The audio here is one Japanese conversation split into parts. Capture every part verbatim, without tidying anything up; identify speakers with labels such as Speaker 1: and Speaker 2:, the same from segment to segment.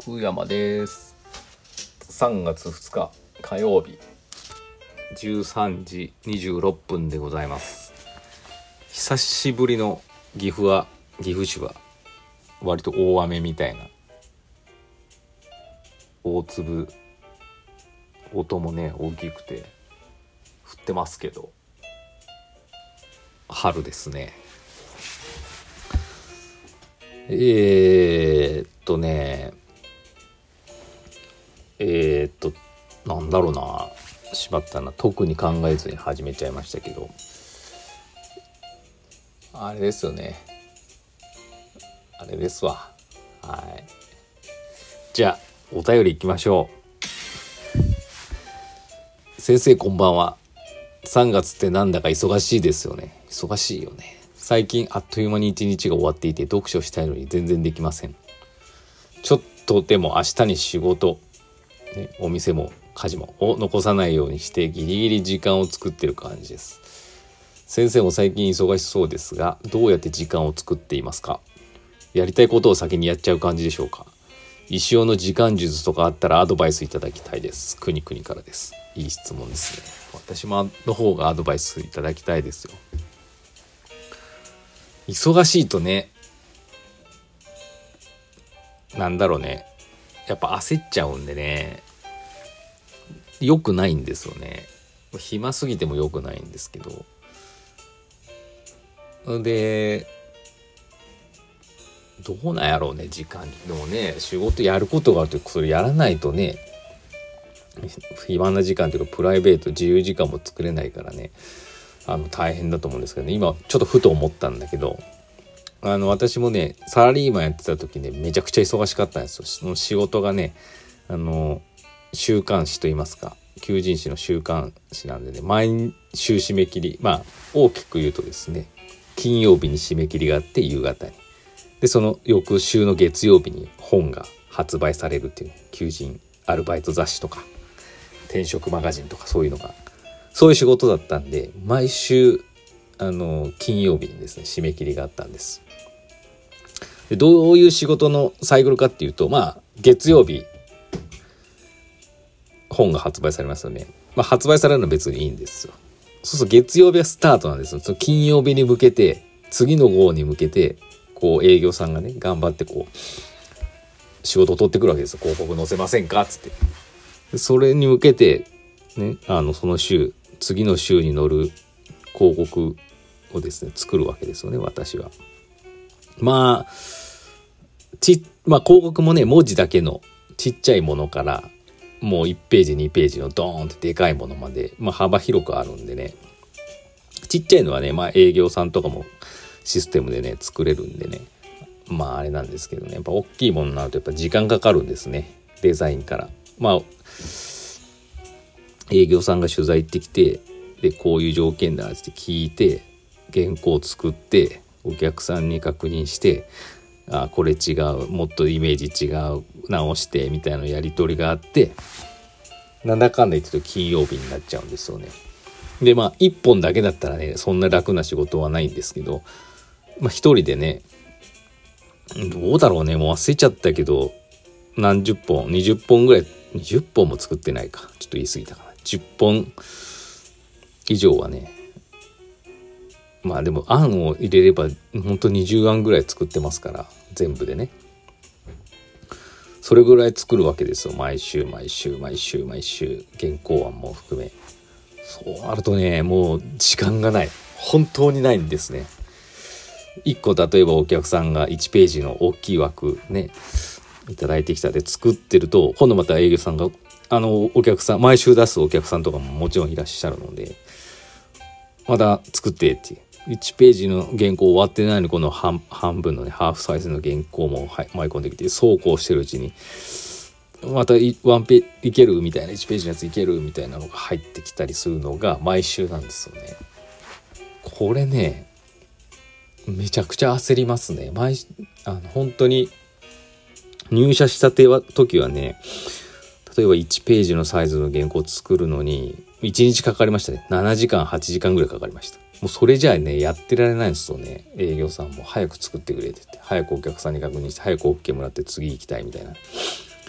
Speaker 1: 福山です。さんがつふつか火曜日じゅうさんじにじゅうろっぷんでございます。久しぶりの岐阜は岐阜市は割と大雨みたいな、大粒音もね大きくて降ってますけど、春ですね。えーっとねえーっとなんだろうなしまったな特に考えずに始めちゃいましたけど、あれですよねあれですわはいじゃあお便りいきましょう。先生こんばんは。さんがつってなんだか忙しいですよね。忙しいよね。最近あっという間に一日が終わっていて読書したいのに全然できません。ちょっとでも明日に仕事、ね、お店も家事もを残さないようにしてギリギリ時間を作ってる感じです。先生も最近忙しそうですが、どうやって時間を作っていますか？やりたいことを先にやっちゃう感じでしょうか？石尾の時間術とかあったらアドバイスいただきたいです。くにくにからです。いい質問ですね。私もの方がアドバイスいただきたいですよ。忙しいとね、なんだろうね、やっぱ焦っちゃうんでね、良くないんですよね。暇すぎても良くないんですけど、でどうなんやろうね、時間にでもね、仕事やることがあるとそれやらないとね、暇な時間というかプライベート自由時間も作れないからね、あの大変だと思うんですけどね。今ちょっとふと思ったんだけど、あの私もねサラリーマンやってた時ねめちゃくちゃ忙しかったんですよ。その仕事がね、あの週刊誌といいますか求人誌の週刊誌なんでね、毎週締め切り、まあ大きく言うとですね、金曜日に締め切りがあって夕方にで、その翌週の月曜日に本が発売されるっていう、ね、求人アルバイト雑誌とか転職マガジンとかそういうのが、そういう仕事だったんで、毎週あの金曜日にですね締め切りがあったんです。でどういう仕事のサイクルかっていうと、まあ月曜日本が発売されますよね。まあ発売されるのは別にいいんですよ。そうそう、月曜日はスタートなんですよ。その金曜日に向けて、次の号に向けてこう営業さんがね頑張ってこう仕事を取ってくるわけですよ。広告載せませんかっつって。それに向けてね、あのその週次の週に載る広告をですね作るわけですよね、私は。まあちまあ広告もね文字だけのちっちゃいものからもういちページにページのドーンってでかいものまで、まあ、幅広くあるんでね、ちっちゃいのはね、まあ営業さんとかもシステムでね作れるんでね、まああれなんですけどね、やっぱ大きいものになるとやっぱ時間かかるんですね、デザインから。まあ営業さんが取材行ってきて、でこういう条件だって聞いて原稿を作ってお客さんに確認して、あこれ違う、もっとイメージ違う、直してみたいなやり取りがあって、なんだかんだ言ってると金曜日になっちゃうんですよね。でまあ一本だけだったらねそんな楽な仕事はないんですけど、まあ一人でね、どうだろうね、もう忘れちゃったけど何十本にじゅっぽんぐらい、にじゅっぽんも作ってないか、ちょっと言い過ぎたかな、じゅっぽん以上はね、まあでも案を入れれば本当にじゅうあんぐらい作ってますから、全部でねそれぐらい作るわけですよ。毎週毎週毎週毎週原稿案も含め。そうなるとねもう時間がない、本当にないんですね。いっこ例えばお客さんがいちページの大きい枠ねいただいてきたで作ってると、今度また営業さんがあのお客さん毎週出すお客さんとかももちろんいらっしゃるので、また作ってっていういちページの原稿終わってないのにこの 半, 半分のねハーフサイズの原稿も、はい、舞い込んできて、そうこうしてるうちにまたワンペいけるみたいな、いちページのやついけるみたいなのが入ってきたりするのが毎週なんですよね。これねめちゃくちゃ焦りますね。毎あの本当に入社したては時はね、例えばいちページのサイズの原稿を作るのにいちにちかかりましたね。ななじかんはちじかんぐらいかかりました。もうそれじゃあねやってられないんですよね。営業さんも早く作ってくれって言って、早くお客さんに確認して早く OK もらって次行きたいみたいな。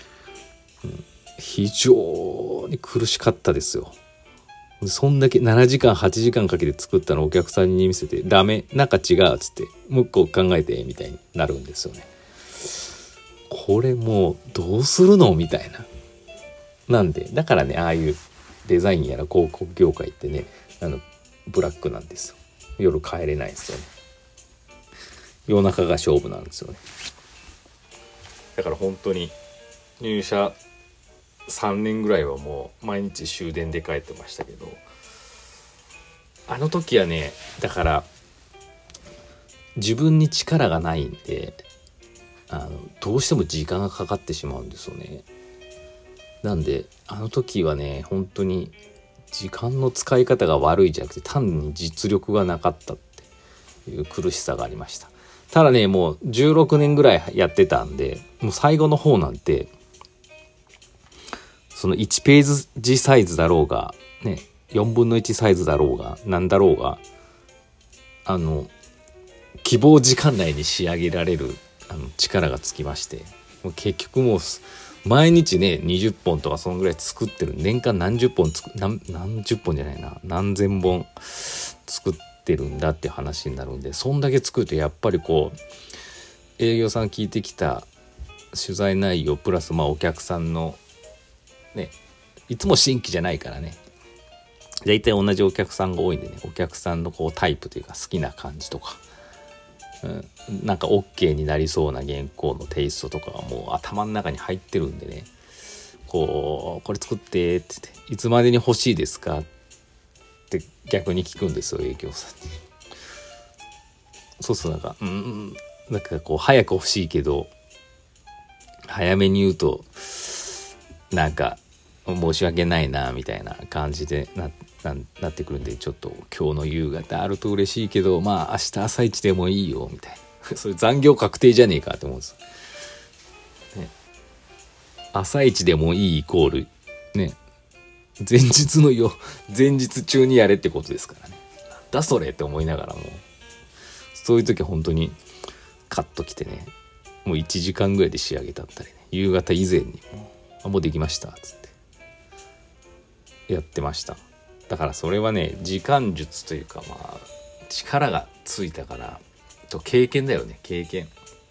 Speaker 1: 非常に苦しかったですよ。そんだけななじかんはちじかんかけて作ったのをお客さんに見せてダメなんか違うっつってもう一個考えてみたいになるんですよね。これもうどうするのみたいな。なんでだからねああいうデザインやら広告業界ってねあのブラックなんですよ。夜帰れないんですよね。夜中が勝負なんですよね。だから本当に入社さんねんぐらいはもう毎日終電で帰ってましたけど、あの時はねだから自分に力がないんであのどうしても時間がかかってしまうんですよね。なんであの時はね本当に時間の使い方が悪いじゃなくて単に実力がなかったっていう苦しさがありました。ただねもうじゅうろくねんぐらいやってたんでもう最後の方なんてそのいちページサイズだろうがねよんぶんのいちサイズだろうがなんだろうがあの希望時間内に仕上げられるあの力がつきまして、もう結局もう毎日ねにじゅっぽんとかそのぐらい作ってる、年間何十本作何何十本じゃないな何千本作ってるんだって話になるんで、そんだけ作るとやっぱりこう営業さん聞いてきた取材内容プラスまあお客さんのねいつも新規じゃないからね大体同じお客さんが多いんでね、お客さんのこうタイプというか好きな感じとか、うん、なんか OK になりそうな原稿のテイストとかがもう頭の中に入ってるんでね、こうこれ作ってって言っていつまでに欲しいですかって逆に聞くんですよ営業さんに。そうするとなんかうんなんかこう早く欲しいけど早めに言うとなんか申し訳ないなみたいな感じで な, な, なってくるんで、ちょっと今日の夕方あると嬉しいけどまあ明日朝一でもいいよみたいなそれ残業確定じゃねえかと思うんです、ね、朝一でもいいイコールね前日のよ前日中にやれってことですからね。なんだそれって思いながらもそういう時は本当にカッときてねもういちじかんぐらいで仕上げたったりね、夕方以前にもうもうできましたっつってやってました。だからそれはね時間術というかまあ力がついたからと経験だよね。経験ん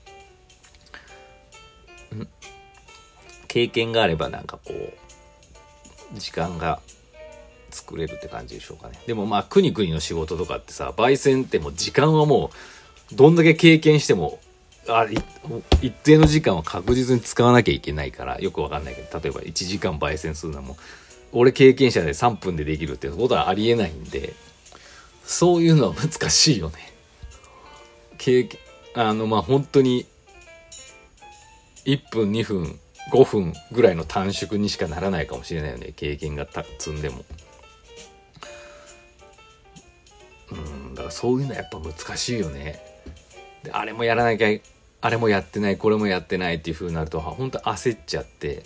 Speaker 1: 経験があればなんかこう時間が作れるって感じでしょうかね。でもまあくにくにの仕事とかってさ焙煎ってもう時間はもうどんだけ経験してもあ一定の時間は確実に使わなきゃいけないからよくわかんないけど、例えばいちじかん焙煎するのも俺経験者でさんぷんでできるってことはありえないんで、そういうのは難しいよね。経験あのまあ本当にいっぷんにふんごふんぐらいの短縮にしかならないかもしれないよね、経験が積んでも。うんだからそういうのはやっぱ難しいよね。であれもやらなきゃあれもやってないこれもやってないっていう風になると本当焦っちゃって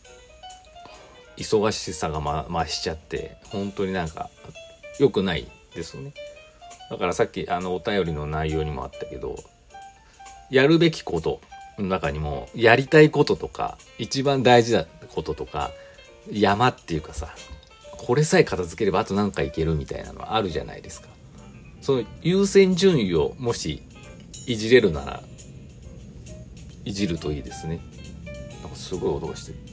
Speaker 1: 忙しさが、ま、増しちゃって本当になんか良くないですよね。だからさっきあのお便りの内容にもあったけど、やるべきことの中にもやりたいこととか一番大事なこととか山っていうかさ、これさえ片付ければあと何かいけるみたいなのはあるじゃないですか。その優先順位をもしいじれるならいじるといいですね。なんかすごい音がしてる。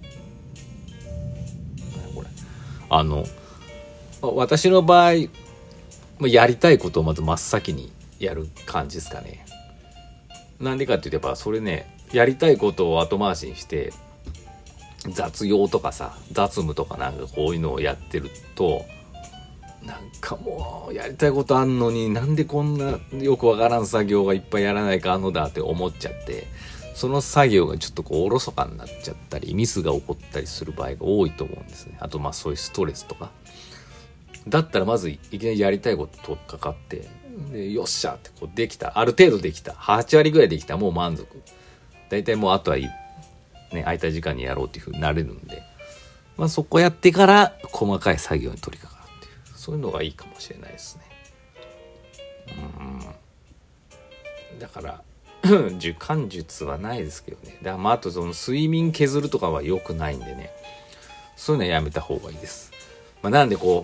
Speaker 1: これあの私の場合やりたいことをまず真っ先にやる感じですかね。なんでかって言えばそれねやりたいことを後回しにして雑用とかさ雑務とかなんかこういうのをやってるとなんかもうやりたいことあんのになんでこんなよくわからん作業がいっぱいやらないかあんのだって思っちゃって、その作業がちょっとこうおろそかになっちゃったりミスが起こったりする場合が多いと思うんですね。あとまあそういうストレスとかだったらまずいきなりやりたいこととかかってでよっしゃってこうできた、ある程度できた、はちわりぐらいできた、もう満足、だいたいもうあとは、ね、空いた時間にやろうっていう風になれるんで、まあ、そこやってから細かい作業に取り掛かるっていう、そういうのがいいかもしれないですね。うんだから時間術はないですけどね。だからまああとその睡眠削るとかは良くないんでね、そういうのはやめた方がいいです。まあ、なんでこ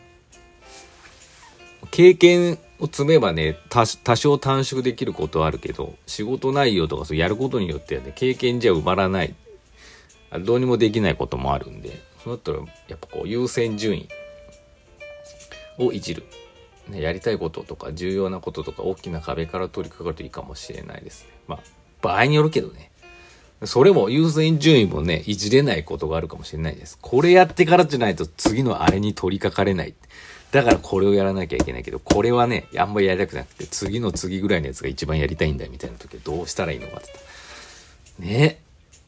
Speaker 1: う経験を積めばね、多少短縮できることはあるけど、仕事内容とかそうやることによってはね、経験じゃ埋まらない、どうにもできないこともあるんで、そうなったらやっぱこう優先順位をいじる、ね、やりたいこととか重要なこととか大きな壁から取り掛かるといいかもしれないですね。まあ場合によるけどね、それも優先順位もねいじれないことがあるかもしれないです。これやってからじゃないと次のあれに取り掛かれない、だからこれをやらなきゃいけないけど、これはねあんまりやりたくなくて次の次ぐらいのやつが一番やりたいんだみたいな時はどうしたらいいのかってね。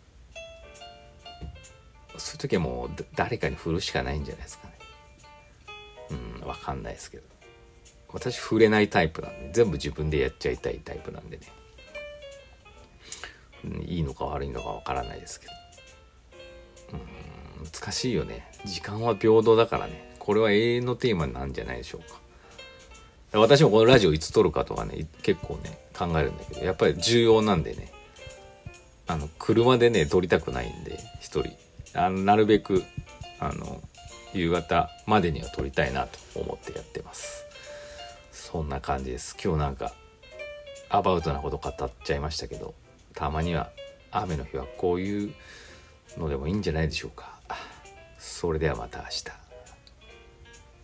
Speaker 1: そういう時はもう誰かに振るしかないんじゃないですかね。うん、わかんないですけど、私振れないタイプなんで、全部自分でやっちゃいたいタイプなんでね、うん、いいのか悪いのかわからないですけど、うん、難しいよね。時間は平等だからね。これは永遠のテーマなんじゃないでしょうか。私もこのラジオいつ撮るかとかね結構ね考えるんだけど、やっぱり重要なんでね、あの車でね撮りたくないんで一人、あのなるべくあの夕方までには撮りたいなと思ってやってます。そんな感じです。今日なんかアバウトなこと語っちゃいましたけど、たまには雨の日はこういうのでもいいんじゃないでしょうか。それではまた明日。